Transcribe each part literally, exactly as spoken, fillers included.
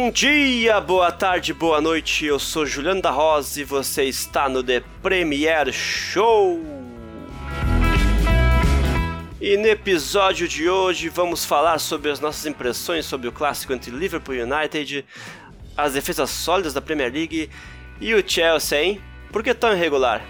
Bom dia, boa tarde, boa noite, eu sou Juliano da Rosa e você está no The Premier Show! E no episódio de hoje vamos falar sobre as nossas impressões sobre o clássico entre Liverpool e United, as defesas sólidas da Premier League e o Chelsea, hein? Por que tão irregular?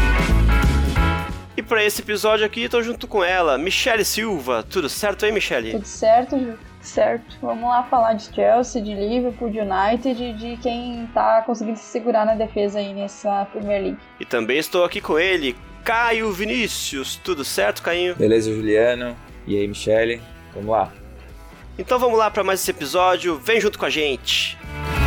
E para esse episódio aqui estou junto com ela, Michele Silva. Tudo certo aí, Michele? Tudo certo, Ju. Certo. Vamos lá falar de Chelsea, de Liverpool, de United e de quem tá conseguindo se segurar na defesa aí nessa Premier League. E também estou aqui com ele, Caio Vinícius. Tudo certo, Caio? Beleza, Juliano. E aí, Michele? Vamos lá. Então vamos lá para mais esse episódio. Vem junto com a gente.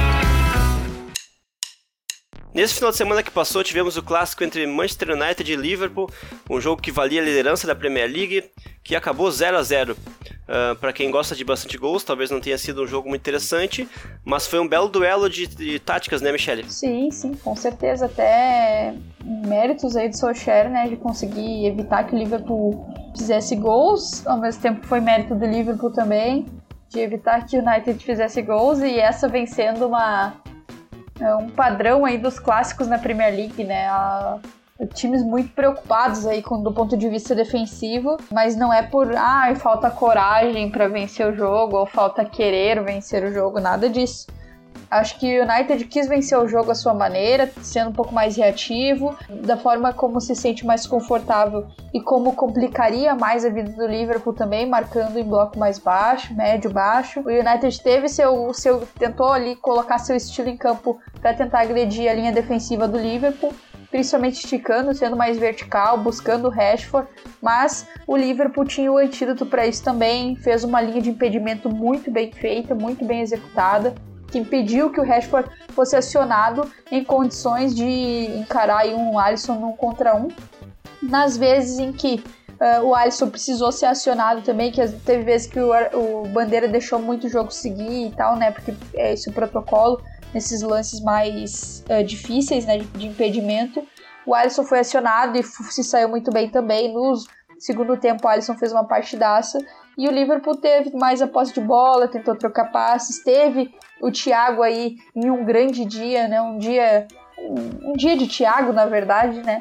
Nesse final de semana que passou, tivemos o clássico entre Manchester United e Liverpool, um jogo que valia a liderança da Premier League, que acabou zero a zero. Uh, para quem gosta de bastante gols, talvez não tenha sido um jogo muito interessante, mas foi um belo duelo de, de táticas, né, Michele? Sim, sim, com certeza. Até méritos aí do Solskjaer, né, de conseguir evitar que o Liverpool fizesse gols. Ao mesmo tempo foi mérito do Liverpool também, de evitar que o United fizesse gols, e essa vem sendo uma... um padrão aí dos clássicos na Premier League, né? A, times muito preocupados aí com, do ponto de vista defensivo, mas não é por ah, falta coragem para vencer o jogo ou falta querer vencer o jogo, nada disso. Acho que o United quis vencer o jogo à sua maneira, sendo um pouco mais reativo, da forma como se sente mais confortável e como complicaria mais a vida do Liverpool também, marcando em bloco mais baixo, médio, baixo. O United teve seu, seu tentou ali colocar seu estilo em campo para tentar agredir a linha defensiva do Liverpool, principalmente esticando, sendo mais vertical, buscando o Rashford, mas o Liverpool tinha o antídoto para isso também, fez uma linha de impedimento muito bem feita, muito bem executada, que impediu que o Rashford fosse acionado em condições de encarar aí um Alisson num contra um. Nas vezes em que uh, o Alisson precisou ser acionado também, que teve vezes que o, o Bandeira deixou muito o jogo seguir e tal, né, porque é esse o protocolo, nesses lances mais uh, difíceis, né, de, de impedimento. O Alisson foi acionado e f- se saiu muito bem também. No segundo tempo, o Alisson fez uma partidaça. E o Liverpool teve mais a posse de bola, tentou trocar passes, teve o Thiago aí em um grande dia, né? Um dia, um, um dia de Thiago, na verdade, né?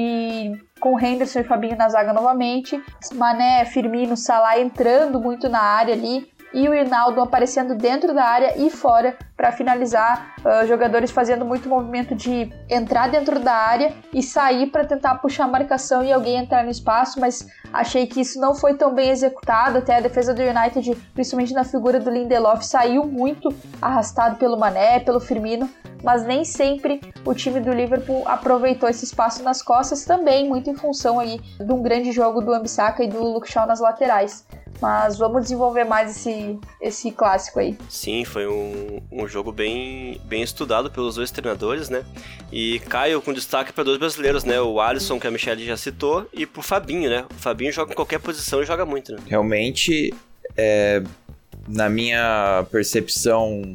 E com o Henderson e Fabinho na zaga novamente, Mané, Firmino, Salah entrando muito na área ali, e o Ronaldo aparecendo dentro da área e fora para finalizar, uh, jogadores fazendo muito movimento de entrar dentro da área e sair para tentar puxar a marcação e alguém entrar no espaço, mas achei que isso não foi tão bem executado. Até a defesa do United, principalmente na figura do Lindelof, saiu muito arrastado pelo Mané, pelo Firmino, mas nem sempre o time do Liverpool aproveitou esse espaço nas costas, também muito em função aí de um grande jogo do Wan-Bissaka e do Luke Shaw nas laterais. Mas vamos desenvolver mais esse, esse clássico aí. Sim, foi um, um jogo bem, bem estudado pelos dois treinadores, né? E Caio com destaque para dois brasileiros, né? O Alisson, que a Michele já citou, e pro Fabinho, né? O Fabinho joga em qualquer posição e joga muito, né? Realmente, é, na minha percepção,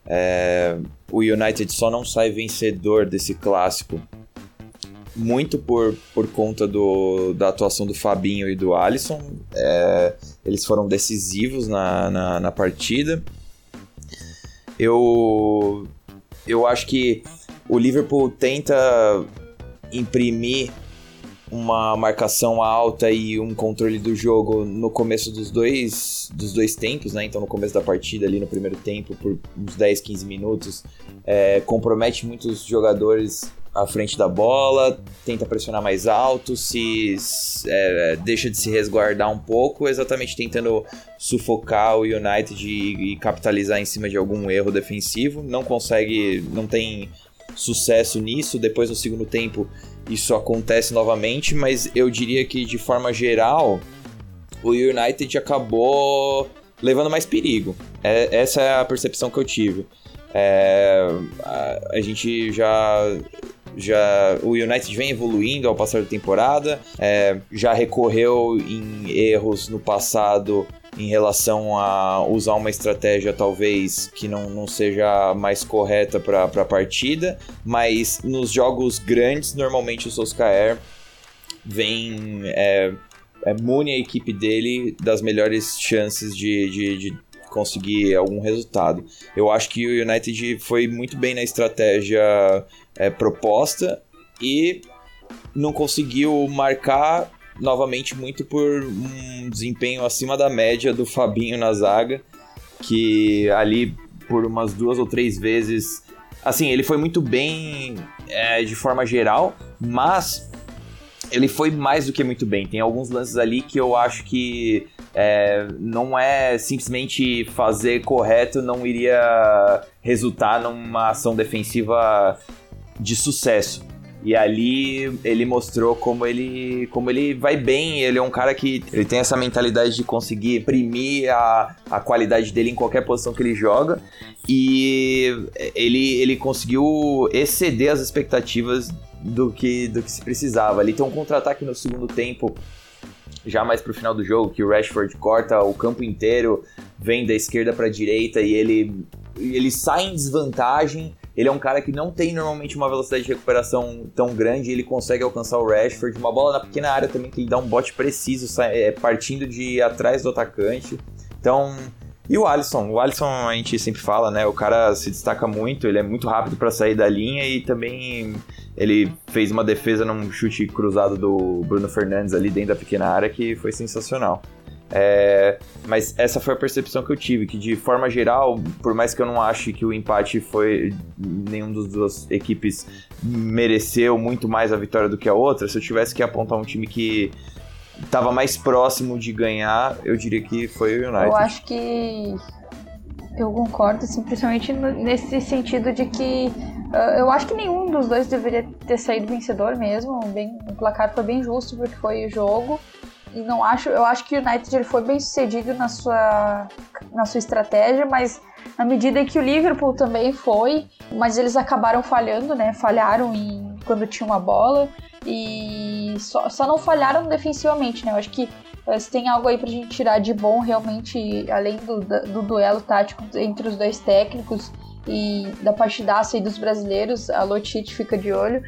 é, o United só não sai vencedor desse clássico muito por, por conta do, da atuação do Fabinho e do Alisson. É, eles foram decisivos na, na, na partida. Eu, eu acho que o Liverpool tenta imprimir uma marcação alta e um controle do jogo no começo dos dois, dos dois tempos, né? Então no começo da partida, ali no primeiro tempo, por uns dez, quinze minutos, é, compromete muitos jogadores à frente da bola, tenta pressionar mais alto, se é, deixa de se resguardar um pouco, exatamente tentando sufocar o United e, e capitalizar em cima de algum erro defensivo. Não consegue, não tem sucesso nisso. Depois, no segundo tempo, isso acontece novamente, mas eu diria que, de forma geral, o United acabou levando mais perigo. É, essa é a percepção que eu tive. É, a, a gente já... Já, o United vem evoluindo ao passar da temporada, é, já recorreu em erros no passado em relação a usar uma estratégia talvez que não, não seja mais correta para a partida, mas nos jogos grandes, normalmente o Solskjaer vem, é, é, mune a equipe dele das melhores chances de, de, de conseguir algum resultado. Eu acho que o United foi muito bem na estratégia é, proposta e não conseguiu marcar novamente muito por um desempenho acima da média do Fabinho na zaga, que ali por umas duas ou três vezes, assim, ele foi muito bem é, de forma geral, mas ele foi mais do que muito bem. Tem alguns lances ali que eu acho que é, não é simplesmente fazer correto, não iria resultar numa ação defensiva de sucesso. E ali ele mostrou como ele, como ele vai bem. Ele é um cara que ele tem essa mentalidade de conseguir imprimir a, a qualidade dele em qualquer posição que ele joga. E ele, ele conseguiu exceder as expectativas do que, do que se precisava. Ali tem um contra-ataque no segundo tempo, já mais pro final do jogo, que o Rashford corta o campo inteiro, vem da esquerda pra direita e ele, ele sai em desvantagem. Ele é um cara que não tem normalmente uma velocidade de recuperação tão grande, ele consegue alcançar o Rashford, uma bola na pequena área também que ele dá um bote preciso, sai, partindo de atrás do atacante. Então, e o Alisson, o Alisson a gente sempre fala, né, o cara se destaca muito, ele é muito rápido para sair da linha e também ele fez uma defesa num chute cruzado do Bruno Fernandes ali dentro da pequena área que foi sensacional. É, mas essa foi a percepção que eu tive, que de forma geral, por mais que eu não ache que o empate foi, nenhum das duas equipes mereceu muito mais a vitória do que a outra, se eu tivesse que apontar um time que estava mais próximo de ganhar, eu diria que foi o United. Eu acho que eu concordo, assim, principalmente nesse sentido de que uh, eu acho que nenhum dos dois deveria ter saído vencedor mesmo, bem, o placar foi bem justo porque foi o jogo. E não acho, eu acho que o United ele foi bem sucedido na sua, na sua estratégia, mas na medida em que o Liverpool também foi, mas eles acabaram falhando, né? Falharam em, quando tinha uma bola e só, só não falharam defensivamente, né? Eu acho que se tem algo aí pra gente tirar de bom realmente, além do, do duelo tático entre os dois técnicos e da partidaça aí dos brasileiros, a Lotite fica de olho,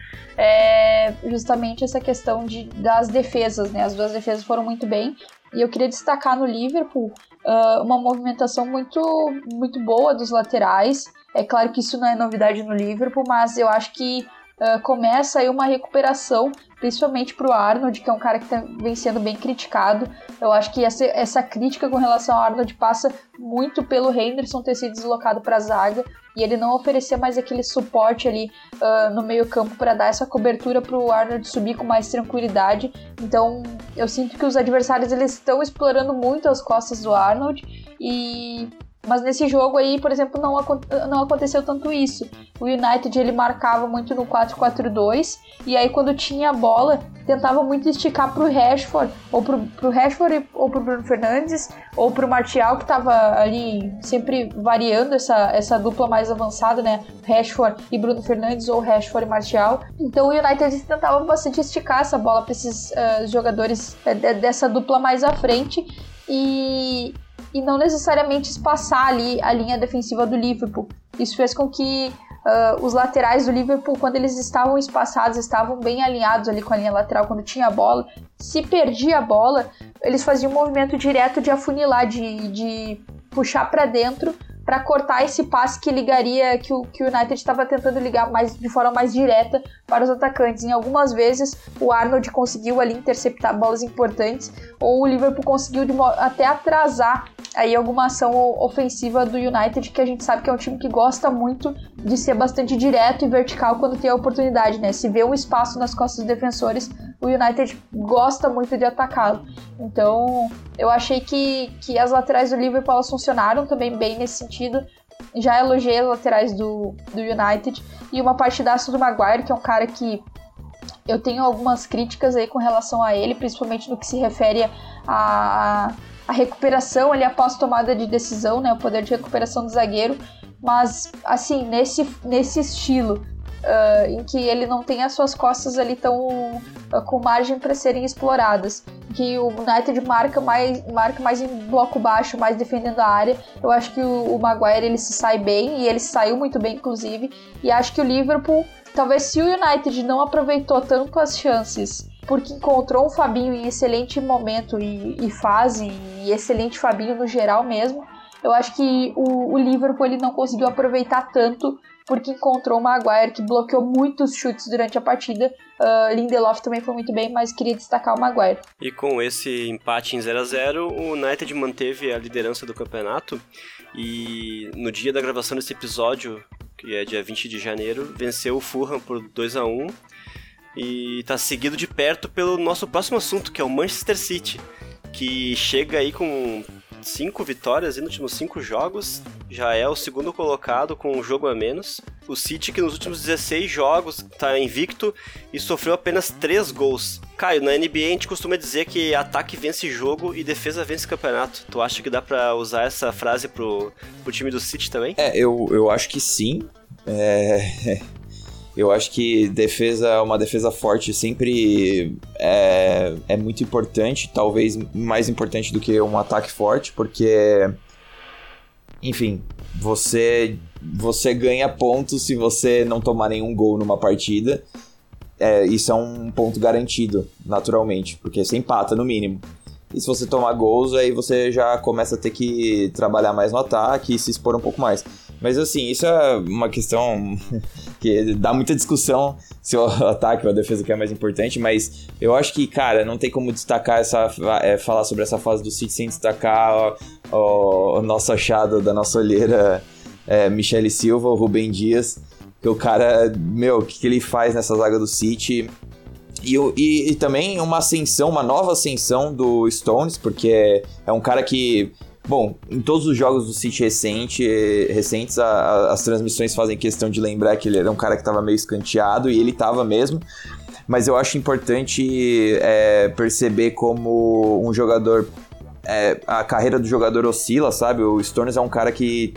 é justamente essa questão de, das defesas, né? As duas defesas foram muito bem, e eu queria destacar no Liverpool uh, uma movimentação muito, muito boa dos laterais. É claro que isso não é novidade no Liverpool, mas eu acho que uh, começa aí uma recuperação, principalmente para o Arnold, que é um cara que tá, vem sendo bem criticado. Eu acho que essa, essa crítica com relação ao Arnold passa muito pelo Henderson ter sido deslocado para a zaga e ele não oferecer mais aquele suporte ali uh, no meio campo para dar essa cobertura para o Arnold subir com mais tranquilidade. Então eu sinto que os adversários eles estão explorando muito as costas do Arnold e... Mas nesse jogo aí, por exemplo, não, não aconteceu tanto isso. O United ele marcava muito no quatro quatro dois e aí quando tinha a bola, tentava muito esticar pro Rashford, ou pro, pro Rashford ou pro Bruno Fernandes, ou pro Martial, que tava ali sempre variando essa, essa dupla mais avançada, né? Rashford e Bruno Fernandes, ou Rashford e Martial. Então o United tentava bastante esticar essa bola para esses uh, jogadores uh, dessa dupla mais à frente e... e não necessariamente espaçar ali a linha defensiva do Liverpool. Isso fez com que uh, os laterais do Liverpool, quando eles estavam espaçados, estavam bem alinhados ali com a linha lateral quando tinha a bola. Se perdia a bola, eles faziam um movimento direto de afunilar, de, de puxar para dentro, para cortar esse passe que ligaria, que o, que o United estava tentando ligar mais, de forma mais direta para os atacantes. Em algumas vezes o Arnold conseguiu ali interceptar bolas importantes, ou o Liverpool conseguiu de, até atrasar aí alguma ação ofensiva do United, que a gente sabe que é um time que gosta muito de ser bastante direto e vertical quando tem a oportunidade, né? Se vê um espaço nas costas dos defensores, o United gosta muito de atacá-lo. Então, eu achei que, que as laterais do Liverpool elas funcionaram também bem nesse sentido. Já elogiei as laterais do, do United. E uma partidaça do Maguire, que é um cara que eu tenho algumas críticas aí com relação a ele, principalmente no que se refere a... a recuperação ali após tomada de decisão, né, o poder de recuperação do zagueiro, mas assim, nesse, nesse estilo uh, em que ele não tem as suas costas ali tão uh, com margem para serem exploradas, que o United marca mais, marca mais em bloco baixo, mais defendendo a área. Eu acho que o, o Maguire ele se sai bem, e ele saiu muito bem inclusive, e acho que o Liverpool, talvez se o United não aproveitou tanto as chances porque encontrou um Fabinho em excelente momento e, e fase, e excelente Fabinho no geral mesmo, Eu acho que o, o Liverpool ele não conseguiu aproveitar tanto porque encontrou o Maguire, que bloqueou muitos chutes durante a partida. Uh, Lindelof também foi muito bem, mas queria destacar o Maguire. E com esse empate em zero a zero, o United manteve a liderança do campeonato e no dia da gravação desse episódio, que é dia vinte de janeiro, venceu o Fulham por dois a um e está seguido de perto pelo nosso próximo assunto, que é o Manchester City, que chega aí com cinco vitórias nos últimos cinco jogos, já é o segundo colocado com um jogo a menos. O City, que nos últimos dezesseis jogos está invicto e sofreu apenas três gols. Caio, na N B A a gente costuma dizer que ataque vence jogo e defesa vence campeonato. Tu acha que dá pra usar essa frase pro, pro time do City também? É, eu, eu acho que sim. É... Eu acho que defesa, uma defesa forte sempre é, é muito importante, talvez mais importante do que um ataque forte, porque, enfim, você, você ganha pontos se você não tomar nenhum gol numa partida. É, isso é um ponto garantido, naturalmente, porque você empata no mínimo. E se você tomar gols, aí você já começa a ter que trabalhar mais no ataque e se expor um pouco mais. Mas assim, isso é uma questão que dá muita discussão se o ataque ou a defesa que é mais importante, mas eu acho que, cara, não tem como destacar essa, é, falar sobre essa fase do City sem destacar o, o, o nosso achado da nossa olheira, é, Michele Silva, o Rubem Dias, que o cara, meu, o que, que ele faz nessa zaga do City... E, e, e também uma ascensão, uma nova ascensão do Stones, porque é um cara que, bom, em todos os jogos do City recente, recentes, a, a, as transmissões fazem questão de lembrar que ele era um cara que estava meio escanteado, e ele estava mesmo, mas eu acho importante é, perceber como um jogador, é, a carreira do jogador oscila, sabe? O Stones é um cara que...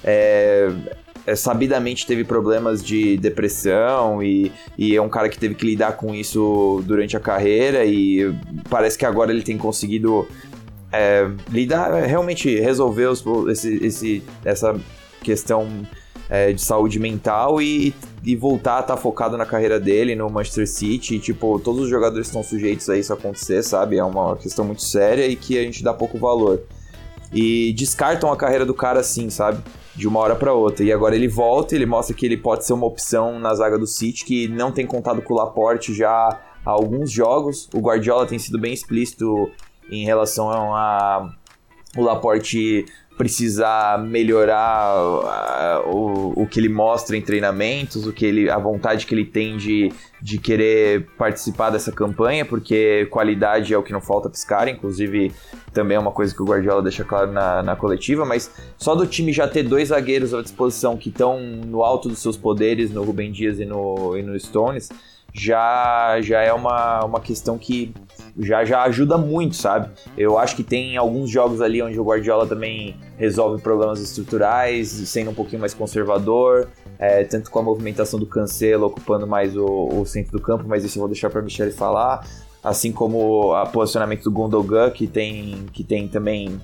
É, É, sabidamente teve problemas de depressão e, e é um cara que teve que lidar com isso durante a carreira e parece que agora ele tem conseguido é, lidar, realmente resolver os, esse, esse, essa questão é, de saúde mental e, e voltar a estar tá focado na carreira dele no Manchester City. E, tipo, todos os jogadores estão sujeitos a isso acontecer, sabe? É uma questão muito séria e que a gente dá pouco valor. E descartam a carreira do cara assim, sabe? De uma hora para outra. E agora ele volta, ele mostra que ele pode ser uma opção na zaga do City, que não tem contado com o Laporte já há alguns jogos. O Guardiola tem sido bem explícito em relação a o Laporte precisar melhorar uh, o, o que ele mostra em treinamentos, o que ele, a vontade que ele tem de, de querer participar dessa campanha, porque qualidade é o que não falta para os caras, inclusive também é uma coisa que o Guardiola deixa claro na, na coletiva, mas só do time já ter dois zagueiros à disposição que estão no alto dos seus poderes, no Rubem Dias e no, e no Stones, já, já é uma, uma questão que já, já ajuda muito, sabe? Eu acho que tem alguns jogos ali onde o Guardiola também resolve problemas estruturais, sendo um pouquinho mais conservador, é, tanto com a movimentação do Cancelo ocupando mais o, o centro do campo, mas isso eu vou deixar para a Michele falar, assim como o posicionamento do Gundogan, que tem, que tem também...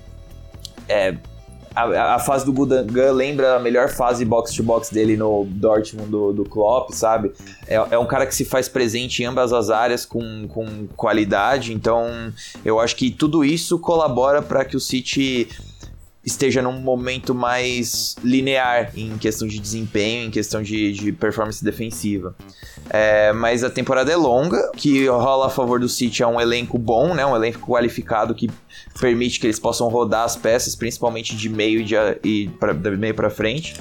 É, A, a fase do Gundogan lembra a melhor fase box-to-box dele no Dortmund do, do Klopp, sabe? É, é um cara que se faz presente em ambas as áreas com, com qualidade, então eu acho que tudo isso colabora para que o City esteja num momento mais linear em questão de desempenho, em questão de, de performance defensiva. É, mas a temporada é longa, o que rola a favor do City é um elenco bom, né? Um elenco qualificado que permite que eles possam rodar as peças, principalmente de meio e de, e pra, de meio para frente.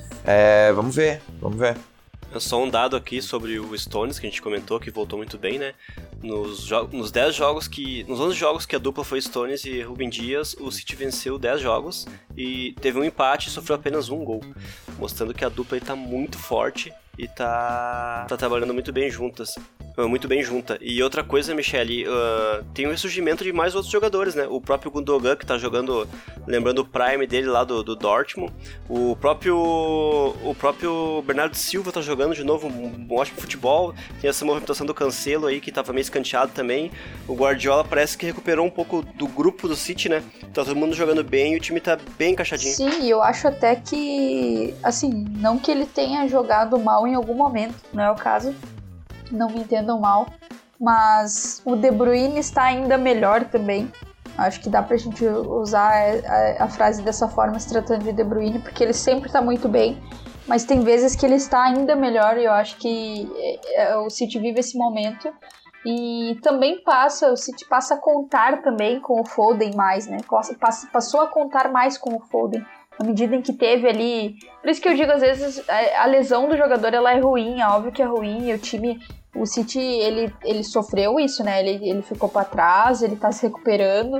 É, vamos ver, vamos ver. Só um dado aqui sobre o Stones, que a gente comentou, que voltou muito bem, né? Nos, jo- nos dez jogos que... Nos onze jogos que a dupla foi Stones e Rubem Dias, o City venceu dez jogos e teve um empate e sofreu apenas um gol, mostrando que a dupla está muito forte e tá, tá trabalhando muito bem juntas. Muito bem junta. E outra coisa, Michele, uh, tem o ressurgimento de mais outros jogadores, né? O próprio Gundogan, que tá jogando, lembrando o Prime dele lá do, do Dortmund. O próprio o próprio Bernardo Silva tá jogando de novo um, um ótimo futebol. Tem essa movimentação do Cancelo aí, que tava meio escanteado também. O Guardiola parece que recuperou um pouco do grupo do City, né? Tá todo mundo jogando bem e o time tá bem encaixadinho. Sim, eu acho até que, assim, não que ele tenha jogado mal em algum momento, não é o caso. Não me entendam mal, mas o De Bruyne está ainda melhor também. Acho que dá pra gente usar a, a, a frase dessa forma se tratando de De Bruyne, porque ele sempre tá muito bem, mas tem vezes que ele está ainda melhor, e eu acho que é, o City vive esse momento. E também passa, o City passa a contar também com o Foden mais, né? Passa, passou a contar mais com o Foden, na medida em que teve ali... Por isso que eu digo, às vezes, a, a lesão do jogador, ela é ruim, é óbvio que é ruim, e o time... O City, ele, ele sofreu isso, né? Ele, ele ficou para trás, ele tá se recuperando,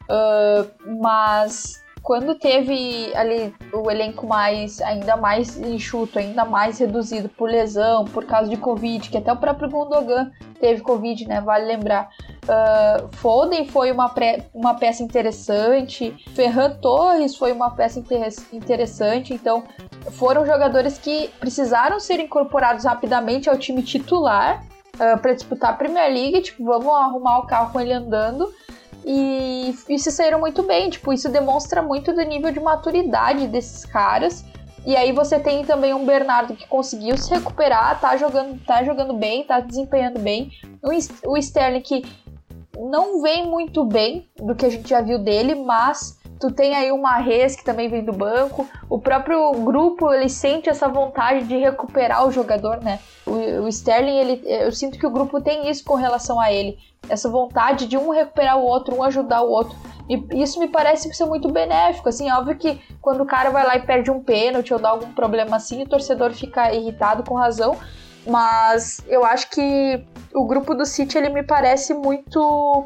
uh, mas... Quando teve ali o elenco mais, ainda mais enxuto, ainda mais reduzido por lesão, por causa de Covid, que até o próprio Gundogan teve Covid, né? Vale lembrar. Uh, Foden foi uma, pré, uma peça interessante, Ferran Torres foi uma peça inter- interessante, então foram jogadores que precisaram ser incorporados rapidamente ao time titular uh, para disputar a Premier League, tipo, vamos arrumar o carro com ele andando. E, e se saíram muito bem, tipo, isso demonstra muito do nível de maturidade desses caras. E aí você tem também um Bernardo que conseguiu se recuperar, tá jogando, tá jogando bem, tá desempenhando bem. O, o Sterling que não vem muito bem do que a gente já viu dele, mas tu tem aí o Mahrez que também vem do banco. O próprio grupo, ele sente essa vontade de recuperar o jogador, né? O, o Sterling, ele, eu sinto que o grupo tem isso com relação a ele. Essa vontade de um recuperar o outro, um ajudar o outro. E isso me parece ser muito benéfico, assim, óbvio que quando o cara vai lá e perde um pênalti ou dá algum problema assim, o torcedor fica irritado com razão, mas eu acho que o grupo do City, ele me parece muito...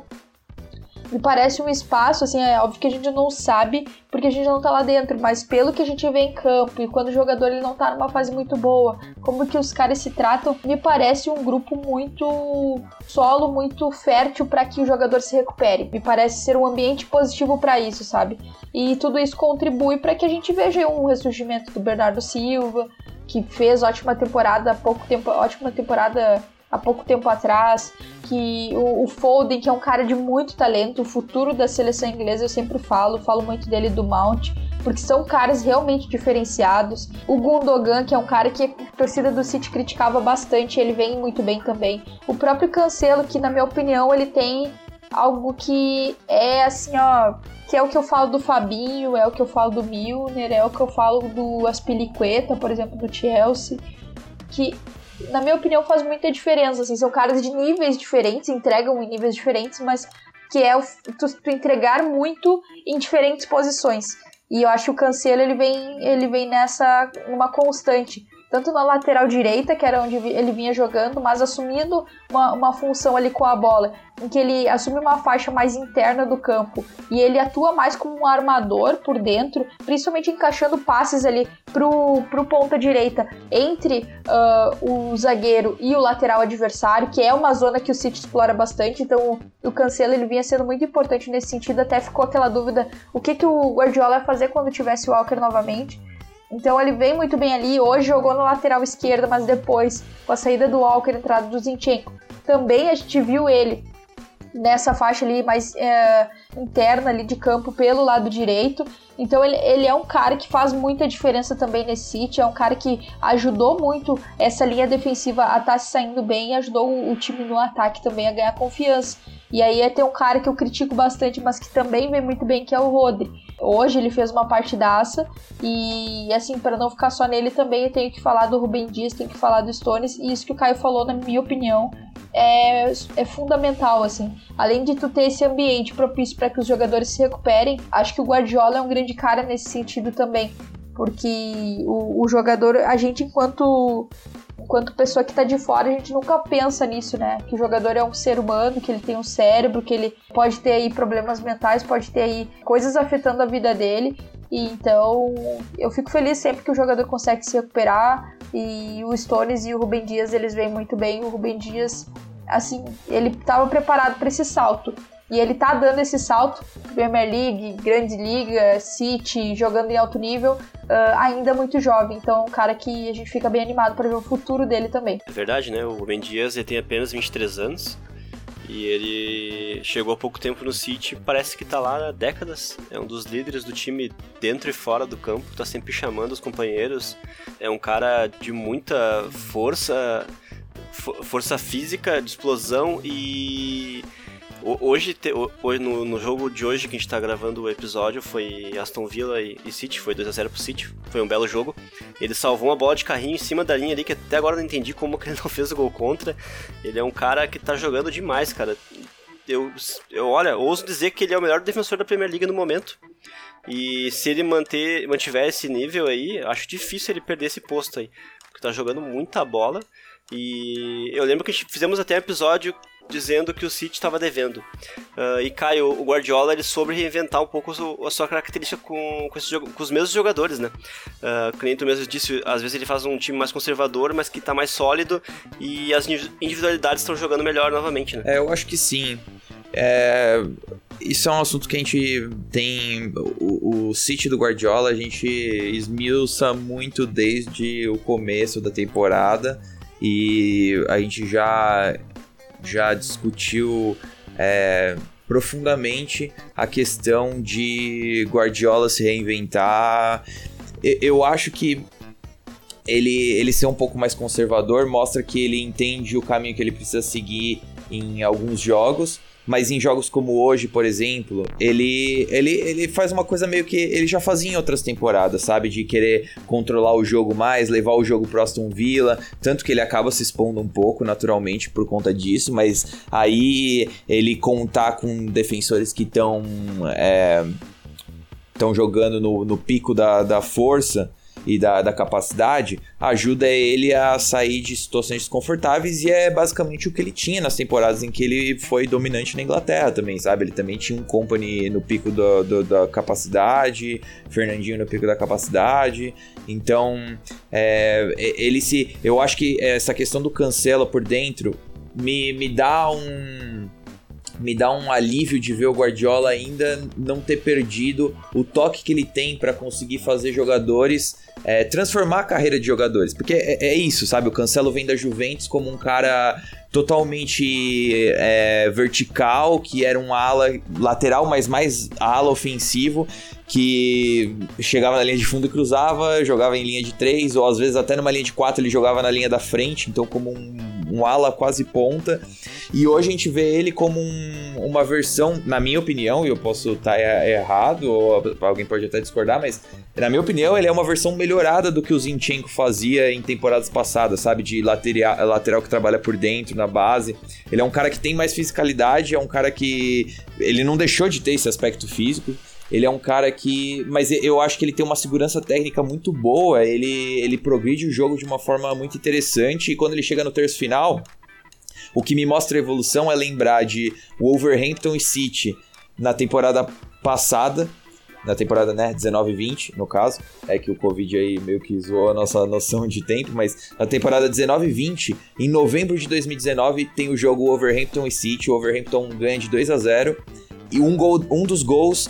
Me parece um espaço, assim, é óbvio que a gente não sabe, porque a gente não tá lá dentro, mas pelo que a gente vê em campo, e quando o jogador ele não tá numa fase muito boa, como que os caras se tratam, me parece um grupo muito solo, muito fértil para que o jogador se recupere. Me parece ser um ambiente positivo para isso, sabe? E tudo isso contribui para que a gente veja um ressurgimento do Bernardo Silva, que fez ótima temporada há pouco tempo, ótima temporada há pouco tempo atrás, que o, o Foden, que é um cara de muito talento, o futuro da seleção inglesa, eu sempre falo, falo muito dele, do Mount, porque são caras realmente diferenciados. O Gundogan, que é um cara que a torcida do City criticava bastante, ele vem muito bem também. O próprio Cancelo, que na minha opinião ele tem algo que é assim, ó, que é o que eu falo do Fabinho, é o que eu falo do Milner, é o que eu falo do Azpilicueta, por exemplo, do Chelsea, que na minha opinião faz muita diferença, assim, são caras de níveis diferentes, entregam em níveis diferentes, mas que é o, tu, tu entregar muito em diferentes posições. E eu acho que o Cancelo, ele vem, ele vem nessa, uma constante, tanto na lateral direita, que era onde ele vinha jogando, mas assumindo uma, uma função ali com a bola, em que ele assume uma faixa mais interna do campo, e ele atua mais como um armador por dentro, principalmente encaixando passes ali pro, pro ponta direita, entre uh, o zagueiro e o lateral adversário, que é uma zona que o City explora bastante, então o Cancelo, ele vinha sendo muito importante nesse sentido, até ficou aquela dúvida, o que, que o Guardiola ia fazer quando tivesse o Walker novamente. Então ele vem muito bem ali, hoje jogou na lateral esquerda, mas depois, com a saída do Walker, a entrada do Zinchenko, também a gente viu ele nessa faixa ali mais é, interna ali de campo pelo lado direito. Então ele, ele é um cara que faz muita diferença também nesse City, é um cara que ajudou muito essa linha defensiva a estar se saindo bem e ajudou o, o time no ataque também a ganhar confiança. E aí é ter um cara que eu critico bastante, mas que também vem muito bem, que é o Rodri. Hoje ele fez uma partidaça e, assim, para não ficar só nele também, eu tenho que falar do Rúben Dias, tenho que falar do Stones, e isso que o Caio falou, na minha opinião, é, é fundamental, assim. Além de tu ter esse ambiente propício para que os jogadores se recuperem, acho que o Guardiola é um grande cara nesse sentido também, porque o, o jogador, a gente enquanto... Enquanto pessoa que tá de fora, a gente nunca pensa nisso, né? Que o jogador é um ser humano, que ele tem um cérebro, que ele pode ter aí problemas mentais, pode ter aí coisas afetando a vida dele. E então, eu fico feliz sempre que o jogador consegue se recuperar. E o Stones e o Rúben Dias, eles vêm muito bem. O Rúben Dias, assim, ele estava preparado para esse salto. E ele tá dando esse salto, Premier League, Grande Liga, City, jogando em alto nível, uh, ainda muito jovem. Então é um cara que a gente fica bem animado para ver o futuro dele também. É verdade, né? O Rúben Dias, ele tem apenas vinte e três anos e ele chegou há pouco tempo no City, parece que tá lá há décadas. É um dos líderes do time dentro e fora do campo, tá sempre chamando os companheiros. É um cara de muita força, força física, de explosão e... Hoje, hoje no, no jogo de hoje que a gente tá gravando o episódio, foi Aston Villa e, e City, foi dois a zero pro City, foi um belo jogo. Ele salvou uma bola de carrinho em cima da linha ali, que até agora eu não entendi como que ele não fez o gol contra. Ele é um cara que tá jogando demais, cara. Eu, eu olha, ouso dizer que ele é o melhor defensor da Premier League no momento. E se ele manter, mantiver esse nível aí, acho difícil ele perder esse posto aí, porque tá jogando muita bola. E eu lembro que a gente fizemos até um episódio dizendo que o City estava devendo. Uh, e Caio, o Guardiola, ele soube reinventar um pouco a sua característica com, com, esses, com os mesmos jogadores, né? Uh, que nem tu mesmo disse, às vezes ele faz um time mais conservador, mas que tá mais sólido e as individualidades estão jogando melhor novamente, né? É, eu acho que sim. É... Isso é um assunto que a gente tem... O, o City do Guardiola, a gente esmiuça muito desde o começo da temporada e a gente já... já discutiu é, profundamente a questão de Guardiola se reinventar. Eu acho que ele, ele ser um pouco mais conservador mostra que ele entende o caminho que ele precisa seguir em alguns jogos, mas em jogos como hoje, por exemplo, ele, ele, ele faz uma coisa meio que ele já fazia em outras temporadas, sabe? De querer controlar o jogo mais, levar o jogo pro Aston Villa, tanto que ele acaba se expondo um pouco, naturalmente, por conta disso, mas aí ele contar com defensores que estão é, estão jogando no, no pico da, da força e da, da capacidade, ajuda ele a sair de situações desconfortáveis, e é basicamente o que ele tinha nas temporadas em que ele foi dominante na Inglaterra também, sabe? Ele também tinha um Kompany no pico do, do, da capacidade, Fernandinho no pico da capacidade, então é, ele se... Eu acho que essa questão do Cancelo por dentro me, me dá um... me dá um alívio de ver o Guardiola ainda não ter perdido o toque que ele tem para conseguir fazer jogadores, é, transformar a carreira de jogadores, porque é, é isso, sabe? O Cancelo vem da Juventus como um cara totalmente é, vertical, que era um ala lateral, mas mais ala ofensivo, que chegava na linha de fundo e cruzava, jogava em linha de três, ou às vezes até numa linha de quatro ele jogava na linha da frente, então como um, um ala quase ponta. E hoje a gente vê ele como um, uma versão, na minha opinião, e eu posso estar errado, ou alguém pode até discordar, mas na minha opinião ele é uma versão melhorada do que o Zinchenko fazia em temporadas passadas, sabe? De lateral, lateral que trabalha por dentro, na base. Ele é um cara que tem mais fisicalidade, é um cara que... ele não deixou de ter esse aspecto físico. Ele é um cara que... mas eu acho que ele tem uma segurança técnica muito boa, ele, ele progride o jogo de uma forma muito interessante, e quando ele chega no terço final... O que me mostra a evolução é lembrar de Wolverhampton e City na temporada passada, na temporada, né, dezenove vinte, no caso, é que o Covid aí meio que zoou a nossa noção de tempo, mas na temporada dezenove vinte, em novembro de dois mil e dezenove, tem o jogo Wolverhampton e City, o Wolverhampton ganha de dois a zero, e um, gol, um dos gols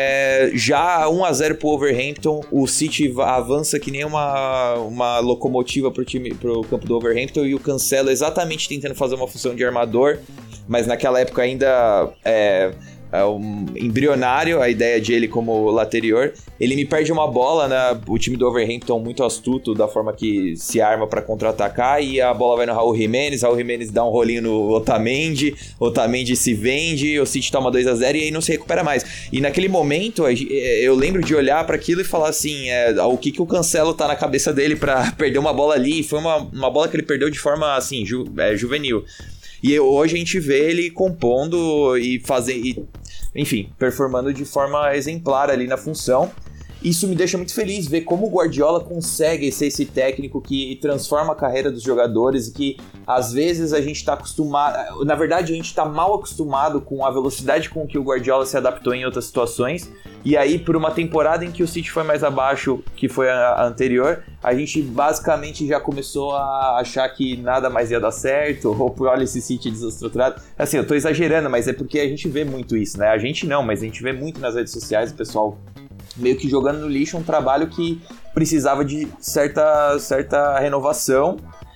é já um a zero pro Wolverhampton, o City avança que nem uma, uma locomotiva pro, time, pro campo do Wolverhampton, e o Cancelo exatamente tentando fazer uma função de armador, mas naquela época ainda é, é um embrionário a ideia de ele como lateral. Ele me perde uma bola, né? O time do Wolverhampton muito astuto da forma que se arma para contra-atacar, e a bola vai no Raul Jimenez, Raul Jimenez dá um rolinho no Otamendi, Otamendi se vende, o City toma dois a zero e aí não se recupera mais. E naquele momento eu lembro de olhar para aquilo e falar assim, é, o que, que o Cancelo tá na cabeça dele para perder uma bola ali. Foi uma, uma bola que ele perdeu de forma assim, ju, é, juvenil. E hoje a gente vê ele compondo e fazendo, enfim, performando de forma exemplar ali na função. Isso me deixa muito feliz ver como o Guardiola consegue ser esse técnico que transforma a carreira dos jogadores, e que às vezes a gente está acostumado, na verdade a gente está mal acostumado com a velocidade com que o Guardiola se adaptou em outras situações, e aí por uma temporada em que o City foi mais abaixo que foi a anterior, a gente basicamente já começou a achar que nada mais ia dar certo, ou olha esse City desestruturado. Assim, eu tô exagerando, mas é porque a gente vê muito isso, né? A gente não, mas a gente vê muito nas redes sociais o pessoal meio que jogando no lixo um trabalho que precisava de certa, certa renovação,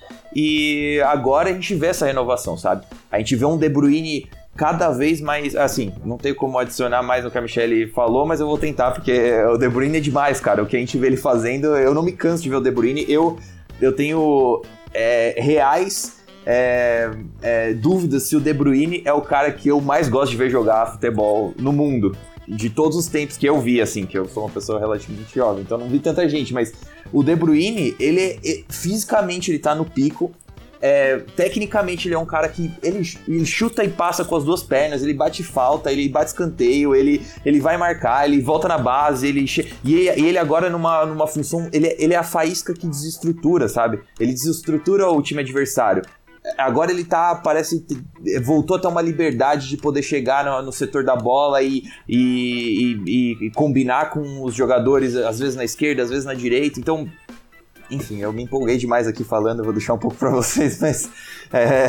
e agora a gente vê essa renovação, sabe? A gente vê um De Bruyne cada vez mais, assim, não tem como adicionar mais no que a Michelle falou, mas eu vou tentar, porque o De Bruyne é demais, cara. O que a gente vê ele fazendo, eu não me canso de ver o De Bruyne. Eu, eu tenho é, reais é, é, dúvida se o De Bruyne é o cara que eu mais gosto de ver jogar futebol no mundo. De todos os tempos que eu vi, assim, que eu sou uma pessoa relativamente jovem, então não vi tanta gente, mas o De Bruyne, ele, ele fisicamente ele tá no pico, é, tecnicamente ele é um cara que ele, ele chuta e passa com as duas pernas, ele bate falta, ele bate escanteio, ele, ele vai marcar, ele volta na base, ele che... e, ele, e ele agora numa, numa função, ele, ele é a faísca que desestrutura, sabe? Ele desestrutura o time adversário. Agora ele tá, parece, voltou a ter uma liberdade de poder chegar no, no setor da bola e, e, e, e combinar com os jogadores, às vezes na esquerda, às vezes na direita. Então, enfim, eu me empolguei demais aqui falando, eu vou deixar um pouco pra vocês, mas é,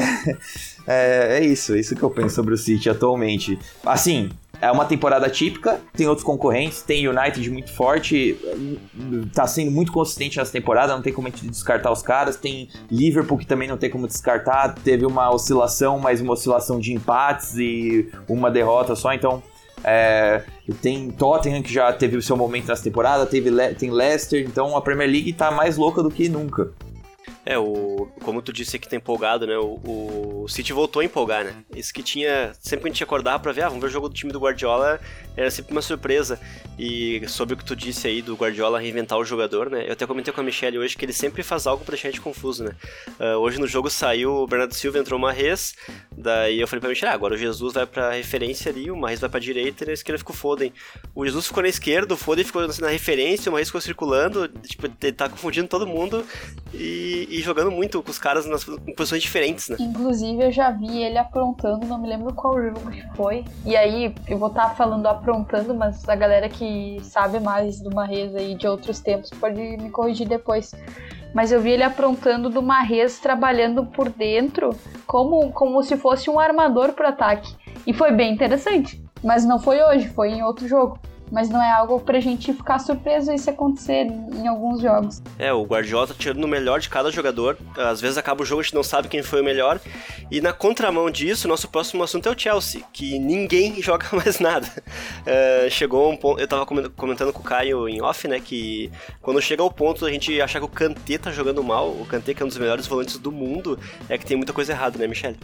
é, é isso, é isso que eu penso sobre o City atualmente. Assim, é uma temporada típica, tem outros concorrentes, tem United muito forte, tá sendo muito consistente nessa temporada, não tem como a gente descartar os caras, tem Liverpool que também não tem como descartar, teve uma oscilação, mas uma oscilação de empates e uma derrota só, então é, tem Tottenham que já teve o seu momento nessa temporada, teve Le- tem Leicester, então a Premier League tá mais louca do que nunca. É, o, como tu disse que tá empolgado, né, o, o City voltou a empolgar, né, isso que tinha, sempre que a gente acordava pra ver, ah, vamos ver o jogo do time do Guardiola, era sempre uma surpresa, e sobre o que tu disse aí do Guardiola reinventar o jogador, né, eu até comentei com a Michelle hoje que ele sempre faz algo pra deixar a gente confuso, né, uh, hoje no jogo saiu o Bernardo Silva, entrou o Mahrez, daí eu falei pra Michelle, ah, agora o Jesus vai pra referência ali, o Mahrez vai pra direita e na esquerda ficou o Foden, o Jesus ficou na esquerda, o Foden ficou assim, na referência, o Mahrez ficou circulando, tipo, ele tá confundindo todo mundo, e e jogando muito com os caras nas em posições diferentes, né? Inclusive, eu já vi ele aprontando, não me lembro qual jogo que foi. E aí, eu vou estar falando aprontando, mas a galera que sabe mais do Mahrez aí de outros tempos pode me corrigir depois. Mas eu vi ele aprontando do Mahrez trabalhando por dentro como, como se fosse um armador pro ataque. E foi bem interessante. Mas não foi hoje, foi em outro jogo. Mas não é algo pra gente ficar surpreso isso acontecer em alguns jogos. É, o Guardiola tá tirando o melhor de cada jogador. Às vezes acaba o jogo, a gente não sabe quem foi o melhor. E na contramão disso, nosso próximo assunto é o Chelsea, que ninguém joga mais nada. Uh, chegou um ponto, eu tava comentando com o Caio em off, né, que quando chega ao ponto a gente achar que o Kanté tá jogando mal, o Kanté que é um dos melhores volantes do mundo, é que tem muita coisa errada, né, Michelle?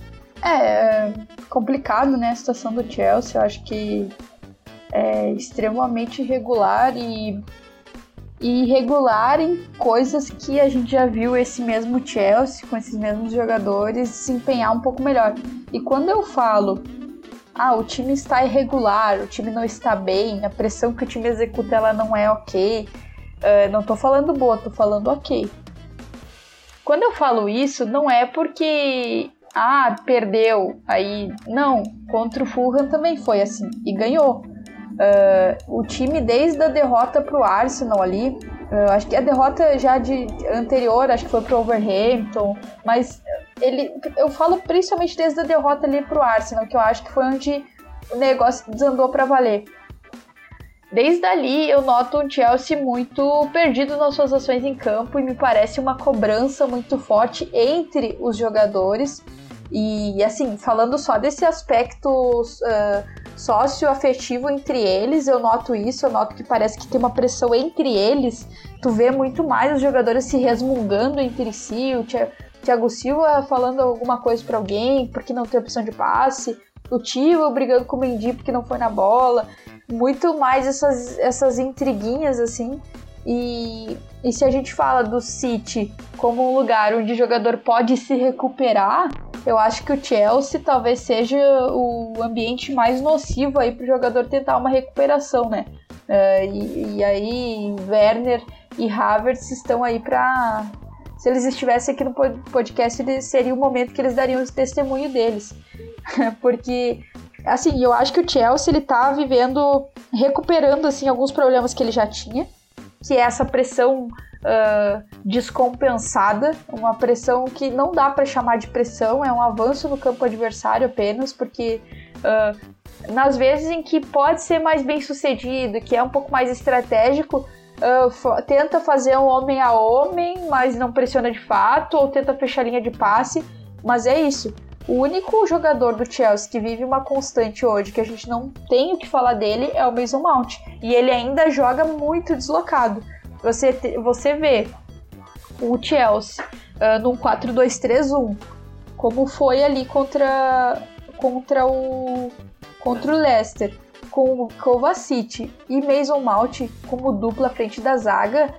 É, complicado, né, a situação do Chelsea. Eu acho que é extremamente irregular e, e irregular em coisas que a gente já viu esse mesmo Chelsea, com esses mesmos jogadores, se empenhar um pouco melhor. E quando eu falo, ah, o time está irregular, o time não está bem, a pressão que o time executa ela não é ok, uh, não tô falando boa, tô falando ok. Quando eu falo isso, não é porque, ah, perdeu, aí, não, contra o Fulham também foi assim, e ganhou. Uh, o time desde a derrota pro Arsenal ali, uh, acho que a derrota já de anterior, acho que foi pro Wolverhampton, mas ele, eu falo principalmente desde a derrota ali pro Arsenal, que eu acho que foi onde o negócio desandou pra valer. Desde ali eu noto um Chelsea muito perdido nas suas ações em campo e me parece uma cobrança muito forte entre os jogadores. E assim, falando só desse aspecto uh, socioafetivo entre eles, eu noto isso, eu noto que parece que tem uma pressão entre eles. Tu vê muito mais os jogadores se resmungando entre si, o Thiago Silva falando alguma coisa pra alguém porque não tem opção de passe, o Tio brigando com o Mendy porque não foi na bola, muito mais essas, essas intriguinhas assim. E, e se a gente fala do City como um lugar onde o jogador pode se recuperar, eu acho que o Chelsea talvez seja o ambiente mais nocivo aí para o jogador tentar uma recuperação, né? Uh, e, e aí Werner e Havertz estão aí para... Se eles estivessem aqui no podcast, seria o momento que eles dariam o testemunho deles. Porque, assim, eu acho que o Chelsea ele tá vivendo, recuperando assim, alguns problemas que ele já tinha, que é essa pressão uh, descompensada, uma pressão que não dá para chamar de pressão, é um avanço no campo adversário apenas, porque uh, nas vezes em que pode ser mais bem sucedido, que é um pouco mais estratégico, uh, f- tenta fazer um homem a homem, mas não pressiona de fato, ou tenta fechar a linha de passe, mas é isso. O único jogador do Chelsea que vive uma constante hoje, que a gente não tem o que falar dele, é o Mason Mount. E ele ainda joga muito deslocado. Você, te, você vê o Chelsea uh, num quatro dois três um como foi ali contra, contra, o, contra o Leicester, com o Kovacic e Mason Mount como dupla à frente da zaga,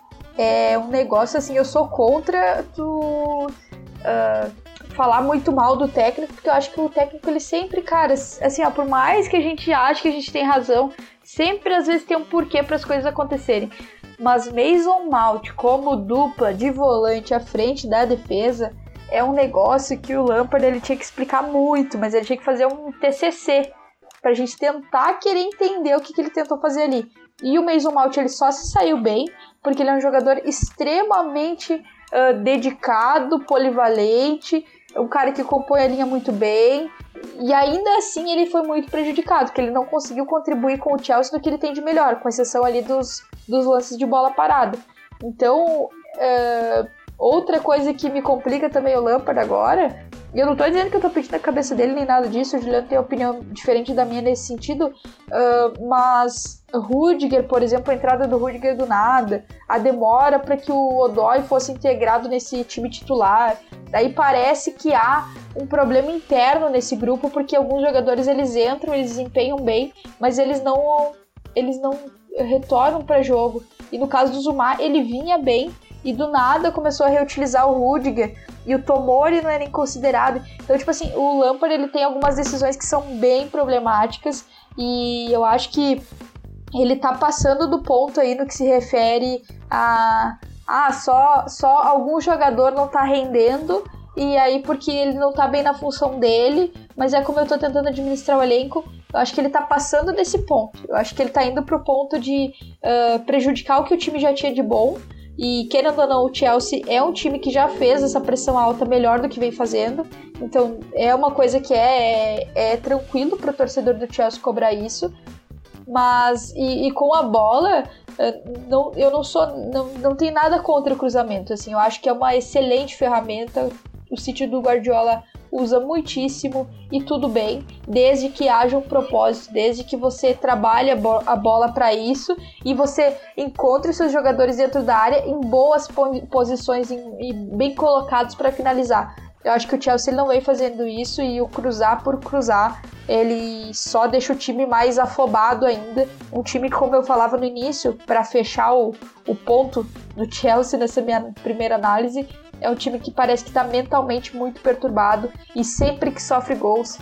é um negócio assim, eu sou contra tu uh, falar muito mal do técnico, porque eu acho que o técnico, ele sempre, cara, assim, ó, por mais que a gente ache que a gente tem razão, sempre às vezes tem um porquê para as coisas acontecerem. Mas Mason Mount como dupla de volante à frente da defesa é um negócio que o Lampard, ele tinha que explicar muito, mas ele tinha que fazer um T C C pra gente tentar querer entender o que, que ele tentou fazer ali. E o Mason Mount, ele só se saiu bem porque ele é um jogador extremamente uh, dedicado, polivalente, um cara que compõe a linha muito bem, e ainda assim ele foi muito prejudicado, porque ele não conseguiu contribuir com o Chelsea no que ele tem de melhor, com exceção ali dos, dos lances de bola parada. Então, uh, outra coisa que me complica também o Lampard agora, e eu não tô dizendo que eu tô pedindo a cabeça dele nem nada disso, o Juliano tem opinião diferente da minha nesse sentido, uh, mas Rudiger, por exemplo, a entrada do Rudiger do nada, a demora para que o Odoi fosse integrado nesse time titular, daí parece que há um problema interno nesse grupo, porque alguns jogadores eles entram, eles desempenham bem, mas eles não, eles não retornam para jogo, e no caso do Zuma, ele vinha bem, e do nada começou a reutilizar o Rudiger, e o Tomori não é nem considerado. Então, tipo assim, o Lampard, ele tem algumas decisões que são bem problemáticas, e eu acho que ele tá passando do ponto aí no que se refere a ah, só, só algum jogador não tá rendendo, e aí porque ele não tá bem na função dele, mas é como eu tô tentando administrar o elenco, eu acho que ele tá passando desse ponto. Eu acho que ele tá indo pro ponto de uh, prejudicar o que o time já tinha de bom. E querendo ou não, o Chelsea é um time que já fez essa pressão alta melhor do que vem fazendo. Então é uma coisa que é, é, é tranquilo pro torcedor do Chelsea cobrar isso. Mas, e, e com a bola, não, eu não sou, não, não tenho nada contra o cruzamento. Assim, eu acho que é uma excelente ferramenta. O City do Guardiola usa muitíssimo e tudo bem, desde que haja um propósito, desde que você trabalhe a, bo- a bola para isso e você encontre os seus jogadores dentro da área em boas po- posições em, e bem colocados para finalizar. Eu acho que o Chelsea não vem fazendo isso, e o cruzar por cruzar, ele só deixa o time mais afobado ainda. Um time, como eu falava no início, para fechar o, o ponto do Chelsea nessa minha primeira análise, é um time que parece que está mentalmente muito perturbado, e sempre que sofre gols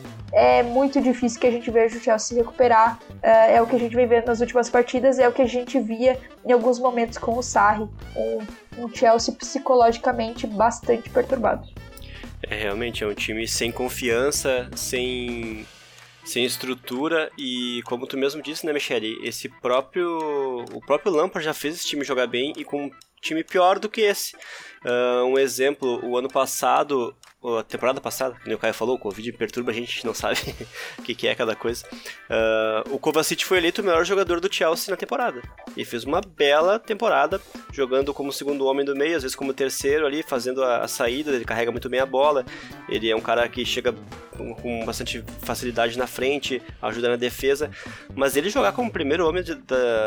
é muito difícil que a gente veja o Chelsea recuperar. É, é o que a gente vem vendo nas últimas partidas, é o que a gente via em alguns momentos com o Sarri, um, um Chelsea psicologicamente bastante perturbado. É, realmente é um time sem confiança, sem, sem estrutura, e como tu mesmo disse, né, Michele, esse próprio, o próprio Lampard já fez esse time jogar bem e com um time pior do que esse. Uh, um exemplo, o ano passado, a temporada passada, como o Caio falou, o Covid perturba a gente, a gente não sabe o que, que é cada coisa. Uh, o Kovacic foi eleito o melhor jogador do Chelsea na temporada. E fez uma bela temporada, jogando como segundo homem do meio, às vezes como terceiro ali, fazendo a, a saída, ele carrega muito bem a bola. Ele é um cara que chega com, com bastante facilidade na frente, ajuda na defesa. Mas ele jogar como primeiro homem de,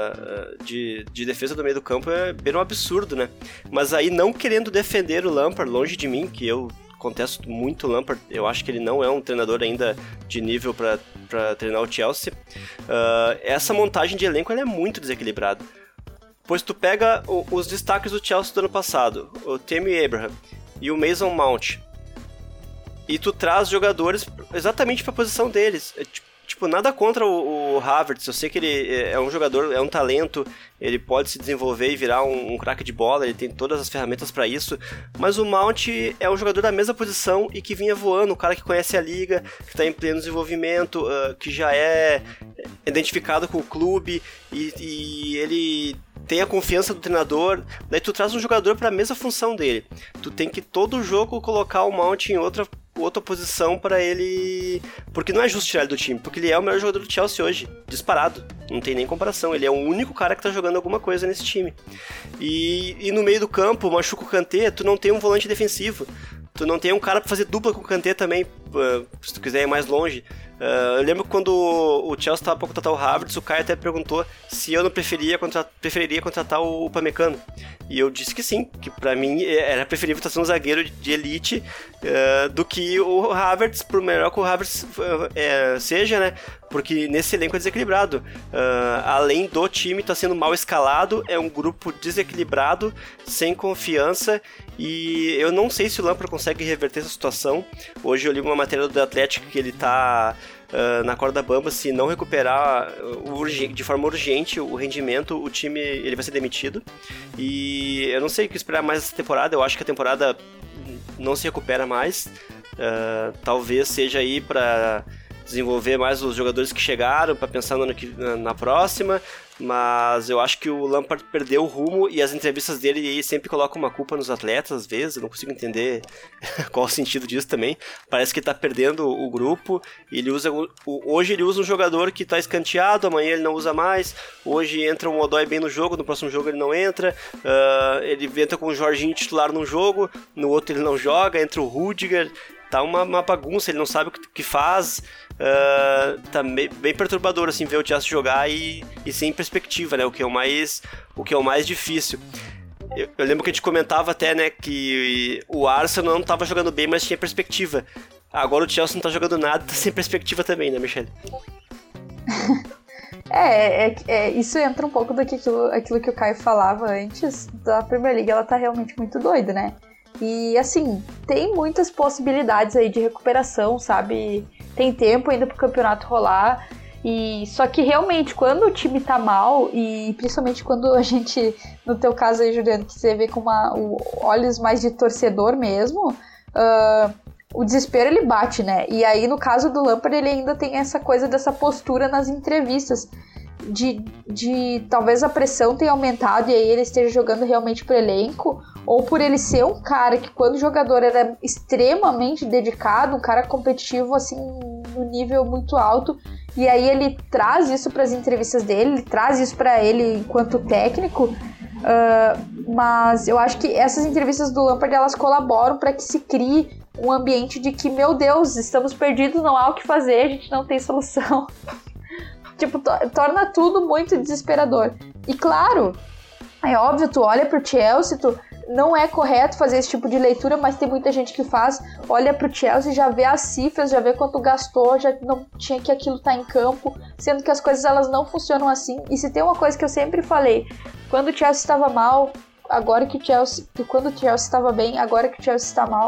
de, de defesa do meio do campo é bem um absurdo, né? Mas aí, não querendo defender o Lampard, longe de mim, que eu contesto muito o Lampard, eu acho que ele não é um treinador ainda de nível para treinar o Chelsea. Uh, essa montagem de elenco ela é muito desequilibrada, pois tu pega o, os destaques do Chelsea do ano passado, o Tammy Abraham e o Mason Mount, e tu traz jogadores exatamente para a posição deles. É, tipo, Tipo, nada contra o, o Havertz, eu sei que ele é um jogador, é um talento, ele pode se desenvolver e virar um, um craque de bola, ele tem todas as ferramentas para isso, mas o Mount é um jogador da mesma posição e que vinha voando, um cara que conhece a liga, que está em pleno desenvolvimento, uh, que já é identificado com o clube, e, e ele tem a confiança do treinador. Daí tu traz um jogador para a mesma função dele, tu tem que todo jogo colocar o Mount em outra outra posição para ele, porque não é justo tirar ele do time, porque ele é o melhor jogador do Chelsea hoje, disparado, não tem nem comparação, ele é o único cara que tá jogando alguma coisa nesse time. E, e no meio do campo, machuca o Kanté, tu não tem um volante defensivo, tu não tem um cara pra fazer dupla com o Kanté também, uh, se tu quiser ir mais longe, uh, eu lembro quando o Chelsea estava para contratar o Havertz, o Caio até perguntou se eu não preferia, contra, preferiria contratar o Upamecano. E eu disse que sim, que pra mim era preferível estar sendo um zagueiro de elite uh, do que o Havertz, por melhor que o Havertz uh, é, seja, né? Porque nesse elenco é desequilibrado. Uh, além do time estar tá sendo mal escalado, é um grupo desequilibrado, sem confiança, e eu não sei se o Lampard consegue reverter essa situação. Hoje eu li uma matéria do Atlético que ele tá uh, na corda bamba. Se não recuperar urgente, de forma urgente o rendimento, o time ele vai ser demitido. E eu não sei o que esperar mais essa temporada. Eu acho que a temporada não se recupera mais. Uh, talvez seja aí para desenvolver mais os jogadores que chegaram, para pensar no, na, na próxima, mas eu acho que o Lampard perdeu o rumo, e as entrevistas dele ele sempre colocam uma culpa nos atletas, às vezes. Eu não consigo entender qual o sentido disso também. Parece que ele tá perdendo o grupo. Ele usa, o, hoje ele usa um jogador que tá escanteado, amanhã ele não usa mais. Hoje entra o Odoi bem no jogo, no próximo jogo ele não entra. Uh, ele entra com o Jorginho titular num jogo, no outro ele não joga, entra o Rudiger. Tá uma, uma bagunça, ele não sabe o que, que faz. Uh, tá bem, bem perturbador assim, ver o Chelsea jogar e, e sem perspectiva, né? O que é o mais, o que é o mais difícil. Eu, eu lembro que a gente comentava até, né, que o Arsenal não tava jogando bem, mas tinha perspectiva. Agora o Chelsea não tá jogando nada, tá sem perspectiva também, né, Michele? É, é, é, isso entra um pouco daquilo aquilo que o Caio falava antes da Premier League. Ela tá realmente muito doida, né? E assim, tem muitas possibilidades aí de recuperação, sabe? Tem tempo ainda pro campeonato rolar. E só que realmente, quando o time tá mal, e principalmente quando a gente, no teu caso aí, Juliano, que você vê com uma, o, olhos mais de torcedor mesmo, uh, o desespero ele bate, né? E aí no caso do Lampard, ele ainda tem essa coisa dessa postura nas entrevistas. De, de talvez a pressão tenha aumentado e aí ele esteja jogando realmente pro elenco, ou por ele ser um cara que quando o jogador era extremamente dedicado, um cara competitivo assim no nível muito alto, e aí ele traz isso para as entrevistas dele, ele traz isso para ele enquanto técnico. Uh, mas eu acho que essas entrevistas do Lampard, elas colaboram para que se crie um ambiente de que, meu Deus, estamos perdidos, não há o que fazer, a gente não tem solução. Tipo, to- torna tudo muito desesperador. E claro, é óbvio, tu olha pro Chelsea, tu, não é correto fazer esse tipo de leitura, mas tem muita gente que faz, olha pro Chelsea, já vê as cifras, já vê quanto gastou, já não tinha que aquilo tá em campo, sendo que as coisas elas não funcionam assim. E se tem uma coisa que eu sempre falei, quando o Chelsea estava mal, agora que o Chelsea, quando o Chelsea estava bem, agora que o Chelsea está mal,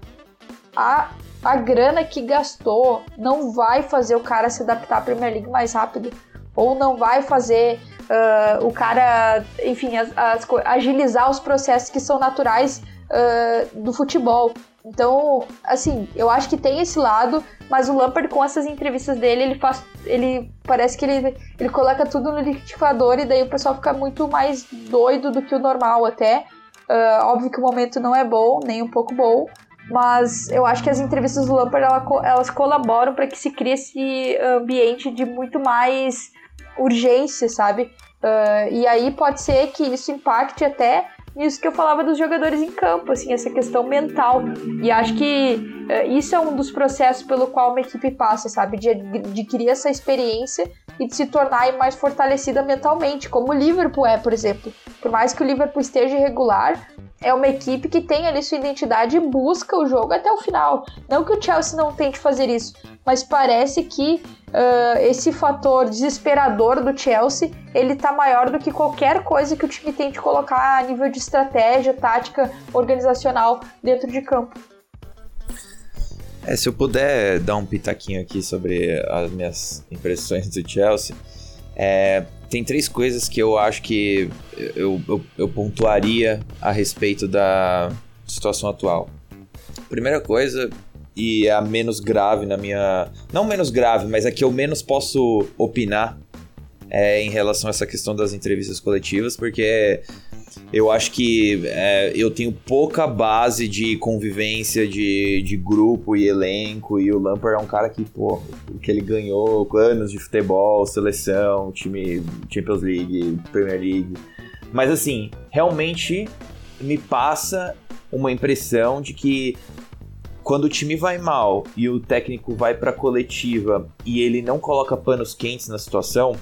a A grana que gastou não vai fazer o cara se adaptar à Premier League mais rápido. Ou não vai fazer uh, o cara, enfim, as, as, agilizar os processos que são naturais uh, do futebol. Então, assim, eu acho que tem esse lado, mas o Lampard, com essas entrevistas dele, ele faz. Ele parece que ele, ele coloca tudo no liquidificador e daí o pessoal fica muito mais doido do que o normal até. Uh, óbvio que o momento não é bom, nem um pouco bom. Mas eu acho que as entrevistas do Lampard, elas colaboram para que se crie esse ambiente de muito mais urgência, sabe? Uh, e aí pode ser que isso impacte até nisso que eu falava dos jogadores em campo, assim, essa questão mental. E acho que uh, isso é um dos processos pelo qual uma equipe passa, sabe? De adquirir essa experiência e de se tornar mais fortalecida mentalmente, como o Liverpool é, por exemplo. Por mais que o Liverpool esteja irregular, é uma equipe que tem ali sua identidade e busca o jogo até o final. Não que o Chelsea não tente fazer isso, mas parece que uh, esse fator desesperador do Chelsea, ele tá maior do que qualquer coisa que o time tente colocar a nível de estratégia, tática, organizacional dentro de campo. É, se eu puder dar um pitaquinho aqui sobre as minhas impressões do Chelsea, é, tem três coisas que eu acho que eu, eu, eu pontuaria a respeito da situação atual. Primeira coisa, e é a menos grave na minha... Não menos grave, mas é que eu menos posso opinar é, em relação a essa questão das entrevistas coletivas, porque eu acho que é, eu tenho pouca base de convivência de, de grupo e elenco, e o Lampard é um cara que, pô, que ele ganhou anos de futebol, seleção, time Champions League, Premier League. Mas assim, realmente me passa uma impressão de que quando o time vai mal e o técnico vai pra coletiva e ele não coloca panos quentes na situação,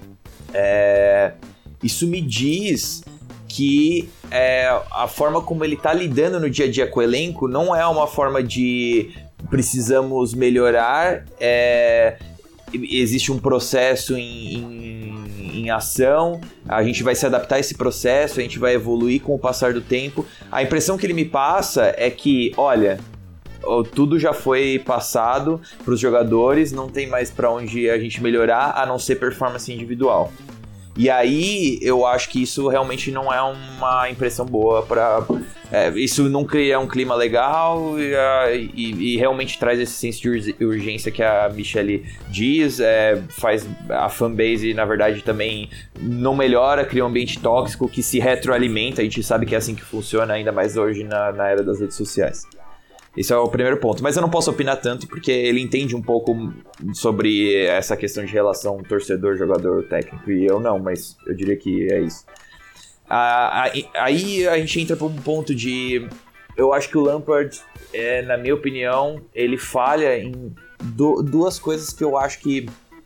é, isso me diz que é, a forma como ele tá lidando no dia a dia com o elenco não é uma forma de precisamos melhorar, é, existe um processo em, em, em ação, a gente vai se adaptar a esse processo, a gente vai evoluir com o passar do tempo. A impressão que ele me passa é que, olha, tudo já foi passado para os jogadores, não tem mais para onde a gente melhorar, a não ser performance individual. E aí eu acho que isso realmente não é uma impressão boa para é, isso não cria um clima legal e, e, e realmente traz esse senso de urgência que a Michelle diz, é, faz a fanbase, na verdade, também não melhora, cria um ambiente tóxico que se retroalimenta. A gente sabe que é assim que funciona, ainda mais hoje na, na era das redes sociais. Esse é o primeiro ponto, mas eu não posso opinar tanto porque ele entende um pouco sobre essa questão de relação torcedor, jogador, técnico, e eu não, mas eu diria que é isso. Ah, aí a gente entra para um ponto de... Eu acho que o Lampard, é, na minha opinião, ele falha em do, duas coisas que eu acho que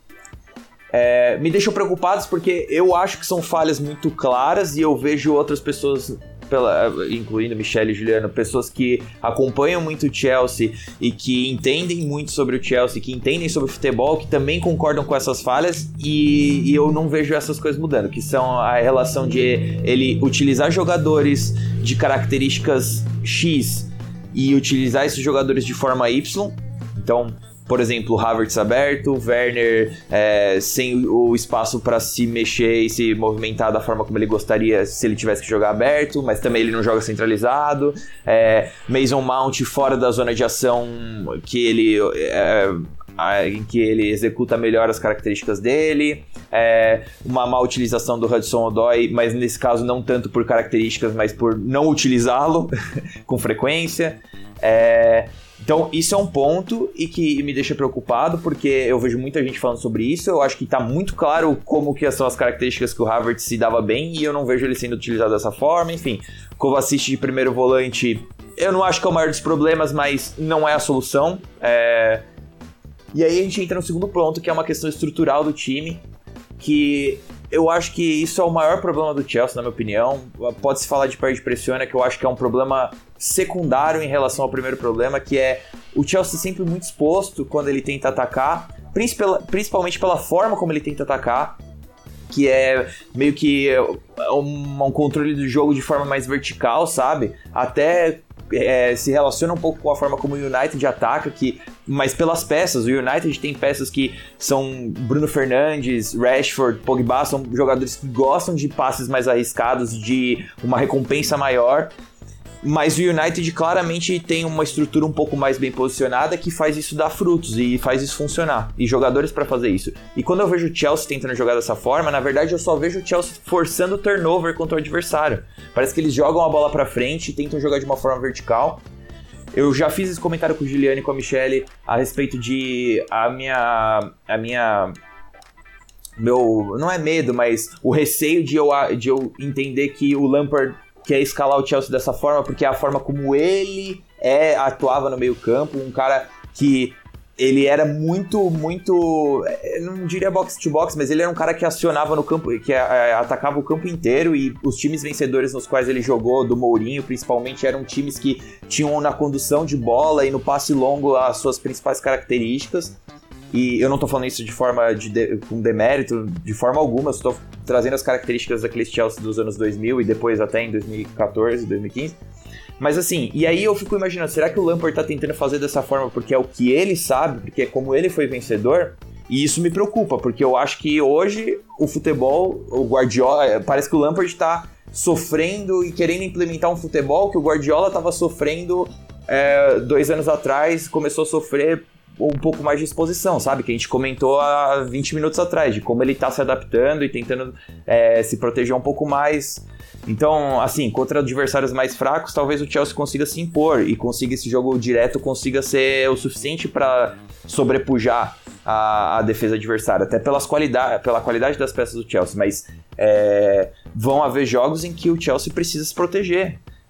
é, me deixam preocupados, porque eu acho que são falhas muito claras e eu vejo outras pessoas... Pela, incluindo Michelle e Juliano, pessoas que acompanham muito o Chelsea e que entendem muito sobre o Chelsea, que entendem sobre o futebol, que também concordam com essas falhas, e, e eu não vejo essas coisas mudando, que são a relação de ele utilizar jogadores de características X e utilizar esses jogadores de forma Y. Então, por exemplo, o Havertz aberto, o Werner é, sem o espaço para se mexer e se movimentar da forma como ele gostaria se ele tivesse que jogar aberto, mas também ele não joga centralizado. É, Mason Mount fora da zona de ação que ele, é, em que ele executa melhor as características dele. É, uma má utilização do Hudson-Odoi, mas nesse caso não tanto por características, mas por não utilizá-lo com frequência. É... Então, isso é um ponto e que me deixa preocupado, porque eu vejo muita gente falando sobre isso. Eu acho que tá muito claro como que são as características que o Havertz se dava bem e eu não vejo ele sendo utilizado dessa forma. Enfim, Kovacic de primeiro volante, eu não acho que é o maior dos problemas, mas não é a solução. É... E aí a gente entra no segundo ponto, que é uma questão estrutural do time, que eu acho que isso é o maior problema do Chelsea, na minha opinião. Pode-se falar de perde pressiona, que eu acho que é um problema secundário em relação ao primeiro problema, que é o Chelsea sempre muito exposto quando ele tenta atacar, principalmente pela forma como ele tenta atacar, que é meio que um, um controle do jogo de forma mais vertical, sabe? Até é, se relaciona um pouco com a forma como o United ataca, que, mas pelas peças. O United tem peças que são Bruno Fernandes, Rashford, Pogba, são jogadores que gostam de passes mais arriscados, de uma recompensa maior. Mas o United claramente tem uma estrutura um pouco mais bem posicionada que faz isso dar frutos e faz isso funcionar. E jogadores para fazer isso. E quando eu vejo o Chelsea tentando jogar dessa forma, na verdade eu só vejo o Chelsea forçando o turnover contra o adversário. Parece que eles jogam a bola para frente e tentam jogar de uma forma vertical. Eu já fiz esse comentário com o Juliano e com a Michelle a respeito de a minha... A minha meu... Não é medo, mas o receio de eu, de eu entender que o Lampard quer escalar o Chelsea dessa forma, porque é a forma como ele é, atuava no meio campo, um cara que ele era muito, muito, não diria box to box, mas ele era um cara que acionava no campo, que é, atacava o campo inteiro, e os times vencedores nos quais ele jogou, do Mourinho principalmente, eram times que tinham na condução de bola e no passe longo as suas principais características. E eu não tô falando isso de forma de, de, com demérito, de forma alguma, eu estou trazendo as características daqueles Chelsea dos anos dois mil e depois até em dois mil e quatorze, dois mil e quinze. Mas assim, e aí eu fico imaginando, será que o Lampard tá tentando fazer dessa forma porque é o que ele sabe, porque é como ele foi vencedor? E isso me preocupa, porque eu acho que hoje o futebol, o Guardiola, parece que o Lampard tá sofrendo e querendo implementar um futebol que o Guardiola tava sofrendo é, dois anos atrás, começou a sofrer um pouco mais de exposição, sabe? Que a gente comentou há vinte minutos atrás, de como ele tá se adaptando e tentando é, se proteger um pouco mais. Então, assim, contra adversários mais fracos, talvez o Chelsea consiga se impor e consiga esse jogo direto, consiga ser o suficiente para sobrepujar a, a defesa adversária, até pelas qualidade, pela qualidade das peças do Chelsea, mas é, vão haver jogos em que o Chelsea precisa se proteger.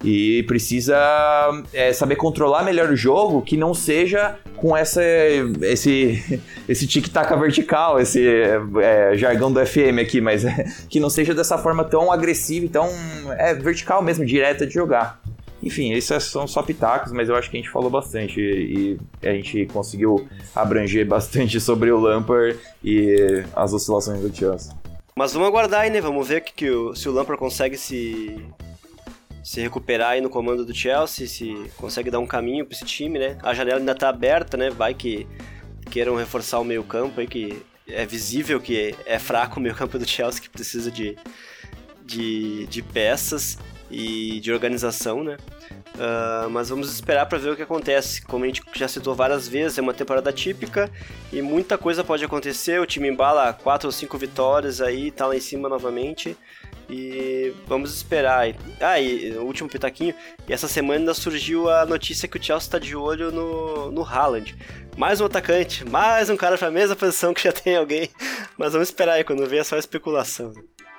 E precisa é, saber controlar melhor o jogo, que não seja com essa, esse, esse tic-tac vertical, esse é, jargão do F M aqui, mas é, que não seja dessa forma tão agressiva e tão é, vertical mesmo, direta de jogar. Enfim, esses são só pitacos, mas eu acho que a gente falou bastante e, e a gente conseguiu abranger bastante sobre o Lampard e as oscilações do Chelsea. Mas vamos aguardar aí, né? Vamos ver que, que o, se o Lampard consegue se... se recuperar aí no comando do Chelsea, se consegue dar um caminho para esse time, né? A janela ainda tá aberta, né? Vai que queiram reforçar o meio-campo aí, que é visível que é fraco o meio-campo do Chelsea, que precisa de, de, de peças e de organização, né? Uh, mas vamos esperar para ver o que acontece. Como a gente já citou várias vezes, é uma temporada típica e muita coisa pode acontecer. O time embala quatro ou cinco vitórias aí, tá lá em cima novamente. E vamos esperar. Ah, e o último pitaquinho. E essa semana ainda surgiu a notícia que o Chelsea está de olho no, no Haaland. Mais um atacante, mais um cara para a mesma posição que já tem alguém. Mas vamos esperar aí, quando vê é só especulação.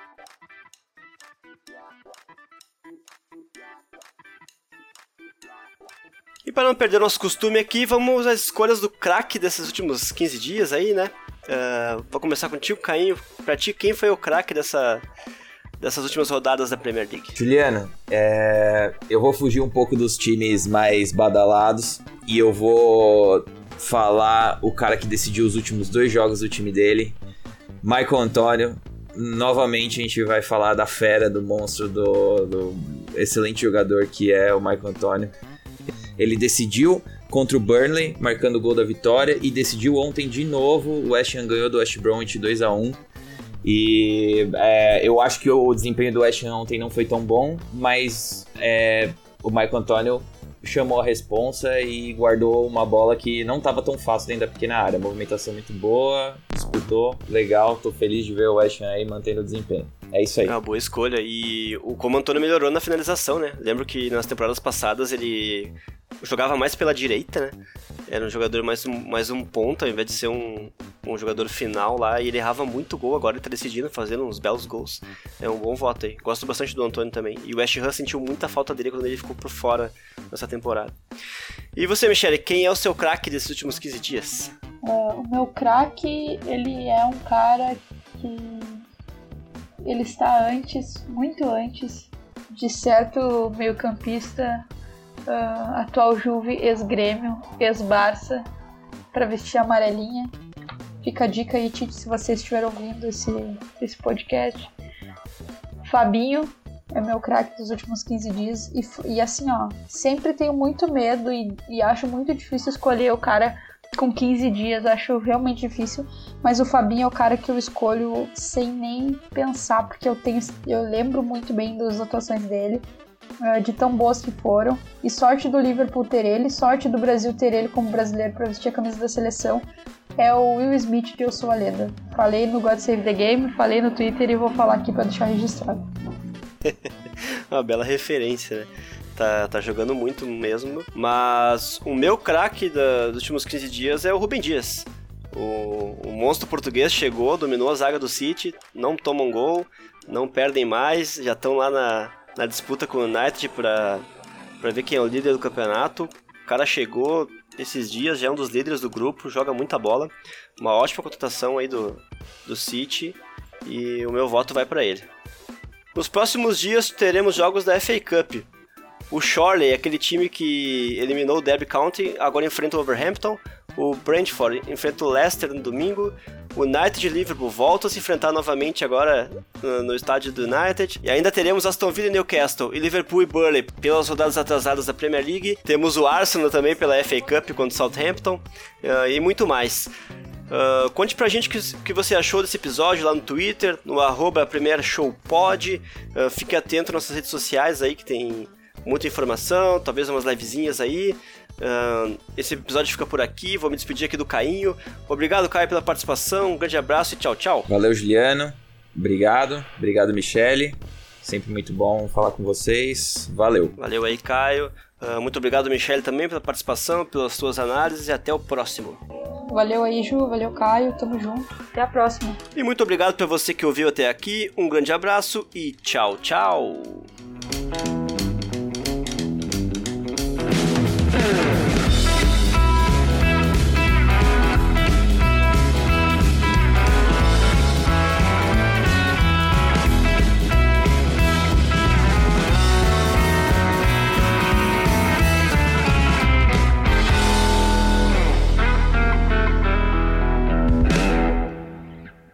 E para não perder nosso costume aqui, vamos às escolhas do craque desses últimos quinze dias aí, né? Uh, vou começar contigo, Cainho. Pra ti, quem foi o craque dessa... dessas últimas rodadas da Premier League? Juliano, é... eu vou fugir um pouco dos times mais badalados e eu vou falar o cara que decidiu os últimos dois jogos do time dele, Michael Antônio. Novamente a gente vai falar da fera, do monstro, do, do excelente jogador que é o Michael Antônio. Ele decidiu contra o Burnley, marcando o gol da vitória, e decidiu ontem de novo. O West Ham ganhou do West Bromwich dois a um. E é, eu acho que o desempenho do West Ham ontem não foi tão bom, mas é, o Michael Antônio chamou a responsa e guardou uma bola que não estava tão fácil dentro da pequena área. A movimentação muito boa, disputou, legal, tô feliz de ver o West Ham aí mantendo o desempenho. É isso aí. É uma boa escolha. E o como o Antônio melhorou na finalização, né? Lembro que nas temporadas passadas ele jogava mais pela direita, né? Era um jogador mais um, mais um ponta, ao invés de ser um, um jogador final lá. E ele errava muito gol, agora ele tá decidindo, fazendo uns belos gols. É um bom voto aí. Gosto bastante do Antônio também. E o West Ham sentiu muita falta dele quando ele ficou por fora nessa temporada. E você, Michele, quem é o seu craque desses últimos quinze dias? Uh, o meu craque, ele é um cara que... ele está antes, muito antes, de certo meio-campista, uh, atual Juve, ex-Grêmio, ex-Barça, para vestir a amarelinha. Fica a dica aí, Tite, se você estiver ouvindo esse, esse podcast. Fabinho é meu craque dos últimos quinze dias. E, e assim, ó, sempre tenho muito medo e, e acho muito difícil escolher o cara com quinze dias, acho realmente difícil, mas o Fabinho é o cara que eu escolho sem nem pensar, porque eu tenho, eu lembro muito bem das atuações dele, de tão boas que foram, e sorte do Liverpool ter ele, sorte do Brasil ter ele como brasileiro para vestir a camisa da seleção, é o Will Smith de Eu Sou a Lenda. Falei no God Save the Game, falei no Twitter e vou falar aqui para deixar registrado. Uma bela referência, né? Tá, tá jogando muito mesmo. Mas o meu craque dos últimos quinze dias é o Rúben Dias. O, o monstro português chegou, dominou a zaga do City, não tomam gol, não perdem mais, já estão lá na, na disputa com o United pra, pra ver quem é o líder do campeonato. O cara chegou esses dias, já é um dos líderes do grupo, joga muita bola. Uma ótima contratação aí do, do City e o meu voto vai pra ele. Nos próximos dias teremos jogos da F A Cup. O Chorley, aquele time que eliminou o Derby County, agora enfrenta o Wolverhampton. O Brentford enfrenta o Leicester no domingo. O United de Liverpool volta a se enfrentar novamente agora no, no estádio do United. E ainda teremos Aston Villa e Newcastle, e Liverpool e Burnley pelas rodadas atrasadas da Premier League. Temos o Arsenal também pela F A Cup contra o Southampton, uh, e muito mais. Uh, conte pra gente o que, que você achou desse episódio lá no Twitter, no arroba Premier Show Pod. Uh, fique atento nas nossas redes sociais aí que tem muita informação, talvez umas livezinhas aí. Uh, esse episódio fica por aqui, vou me despedir aqui do Cainho. Obrigado, Caio, pela participação, um grande abraço e tchau, tchau. Valeu, Juliano, obrigado, obrigado, Michele, sempre muito bom falar com vocês, valeu. Valeu aí, Caio, uh, muito obrigado, Michele, também pela participação, pelas suas análises e até o próximo. Valeu aí, Ju, valeu, Caio, tamo junto, até a próxima. E muito obrigado pra você que ouviu até aqui, um grande abraço e tchau, tchau.